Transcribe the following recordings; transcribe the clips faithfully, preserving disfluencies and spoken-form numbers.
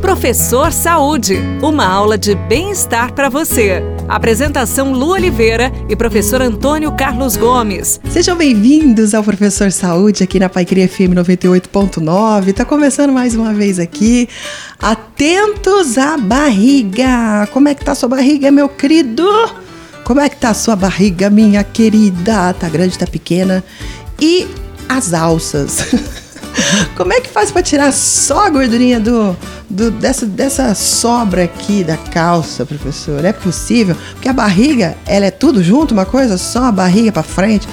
Professor Saúde, uma aula de bem-estar para você. Apresentação Lu Oliveira e professor Antônio Carlos Gomes. Sejam bem-vindos ao Professor Saúde aqui na Paiqueria F M noventa e oito ponto nove. Tá começando mais uma vez aqui. Atentos à barriga. Como é que tá a sua barriga, meu querido? Como é que tá a sua barriga, minha querida? Tá grande, tá pequena? E as alças? Como é que faz para tirar só a gordurinha do, do, dessa, dessa sobra aqui da calça, professor? É possível? Porque a barriga, ela é tudo junto, uma coisa só, a barriga para frente,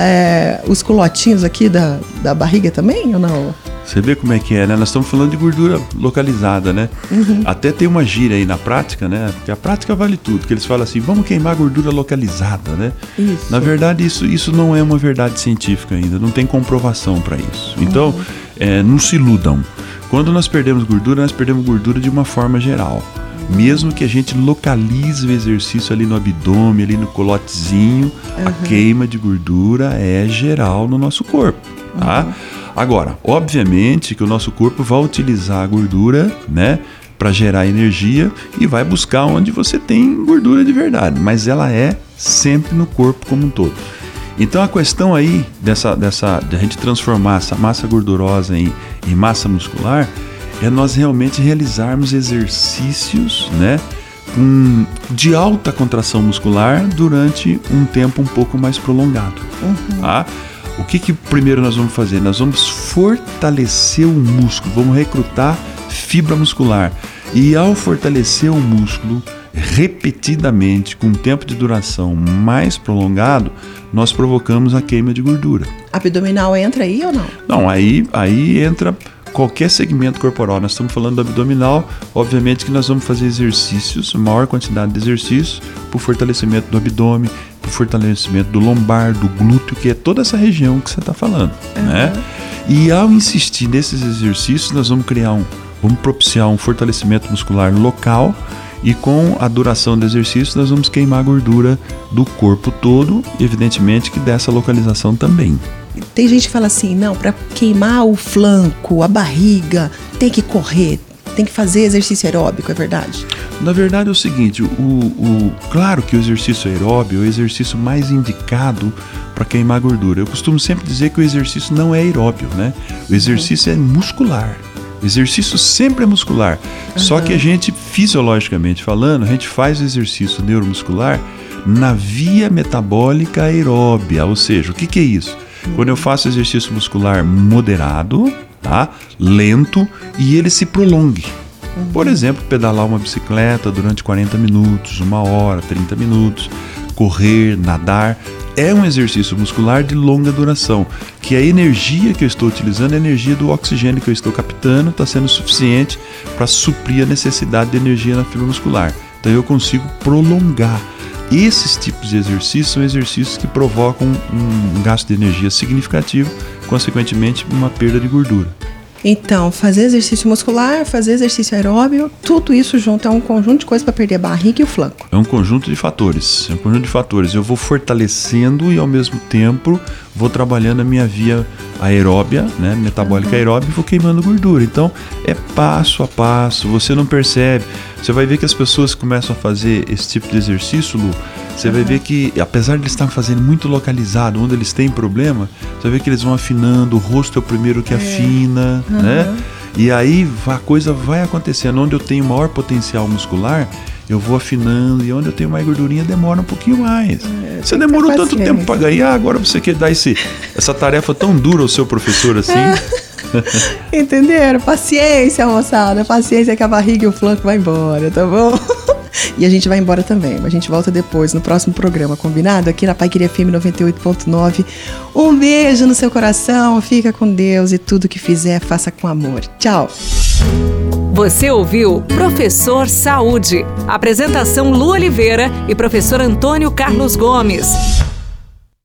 é, os culotinhos aqui da, da barriga também, ou não? Você vê como é que é, né? Nós estamos falando de gordura localizada, né? Uhum. Até tem uma gíria aí na prática, né? Porque a prática vale tudo, que eles falam assim, vamos queimar gordura localizada, né? Isso. Na verdade, isso, isso não é uma verdade científica ainda, não tem comprovação para isso. Então, uhum. é, não se iludam. Quando nós perdemos gordura, nós perdemos gordura de uma forma geral. Mesmo que a gente localize o exercício ali no abdômen, ali no colotezinho, uhum. a queima de gordura é geral no nosso corpo, tá? Uhum. Agora, obviamente que o nosso corpo vai utilizar a gordura, né, para gerar energia e vai buscar onde você tem gordura de verdade, mas ela é sempre no corpo como um todo. Então a questão aí dessa, dessa, de a gente transformar essa massa gordurosa em, em massa muscular é nós realmente realizarmos exercícios, né, com, de alta contração muscular durante um tempo um pouco mais prolongado, uhum. tá? O que que primeiro nós vamos fazer? Nós vamos fortalecer o músculo, vamos recrutar fibra muscular. E ao fortalecer o músculo repetidamente, com um tempo de duração mais prolongado, nós provocamos a queima de gordura. Abdominal entra aí ou não? Não, aí, aí entra qualquer segmento corporal. Nós estamos falando do abdominal, obviamente que nós vamos fazer exercícios, maior quantidade de exercícios, para o fortalecimento do abdômen, para o fortalecimento do lombar, do glúteo, que é toda essa região que você está falando, uhum. né? E ao insistir nesses exercícios, nós vamos criar um, vamos propiciar um fortalecimento muscular local e com a duração do exercício nós vamos queimar a gordura do corpo todo, evidentemente que dessa localização também. Tem gente que fala assim, não, para queimar o flanco, a barriga, tem que correr, tem que fazer exercício aeróbico, é verdade? Na verdade é o seguinte, o, o, claro que o exercício aeróbico é o exercício mais indicado para queimar gordura. Eu costumo sempre dizer que o exercício não é aeróbio, né? O exercício uhum. é muscular. O exercício sempre é muscular. Uhum. Só que a gente, fisiologicamente falando, a gente faz o exercício neuromuscular na via metabólica aeróbia. Ou seja, o que, que é isso? Uhum. Quando eu faço exercício muscular moderado, tá? Lento, e ele se prolongue. Uhum. Por exemplo, pedalar uma bicicleta durante quarenta minutos, uma hora, trinta minutos, correr, nadar. É um exercício muscular de longa duração, que a energia que eu estou utilizando, a energia do oxigênio que eu estou captando, está sendo suficiente para suprir a necessidade de energia na fibra muscular. Então eu consigo prolongar. Esses tipos de exercícios são exercícios que provocam um gasto de energia significativo, consequentemente uma perda de gordura. Então, fazer exercício muscular, fazer exercício aeróbio, tudo isso junto é um conjunto de coisas para perder a barriga e o flanco. É um conjunto de fatores, é um conjunto de fatores. Eu vou fortalecendo e ao mesmo tempo vou trabalhando a minha via aeróbia, né, metabólica uhum. aeróbia, e vou queimando gordura. Então, é passo a passo, você não percebe. Você vai ver que as pessoas começam a fazer esse tipo de exercício, Lu, você uhum. vai ver que, apesar de eles estarem fazendo muito localizado, onde eles têm problema, você vai ver que eles vão afinando, o rosto é o primeiro que é. afina, uhum. né? E aí a coisa vai acontecendo. Onde eu tenho maior potencial muscular, eu vou afinando, e onde eu tenho mais gordurinha, demora um pouquinho mais. É, você demorou tanto tempo para ganhar, agora você quer dar esse, essa tarefa tão dura ao seu professor assim? É. Entenderam? Paciência, moçada, paciência que a barriga e o flanco vai embora, tá bom? E a gente vai embora também. A gente volta depois, no próximo programa, combinado? Aqui na Paiqueria F M noventa e oito ponto nove. Um beijo no seu coração, fica com Deus e tudo que fizer, faça com amor. Tchau! Você ouviu Professor Saúde. Apresentação Lu Oliveira e professor Antônio Carlos Gomes.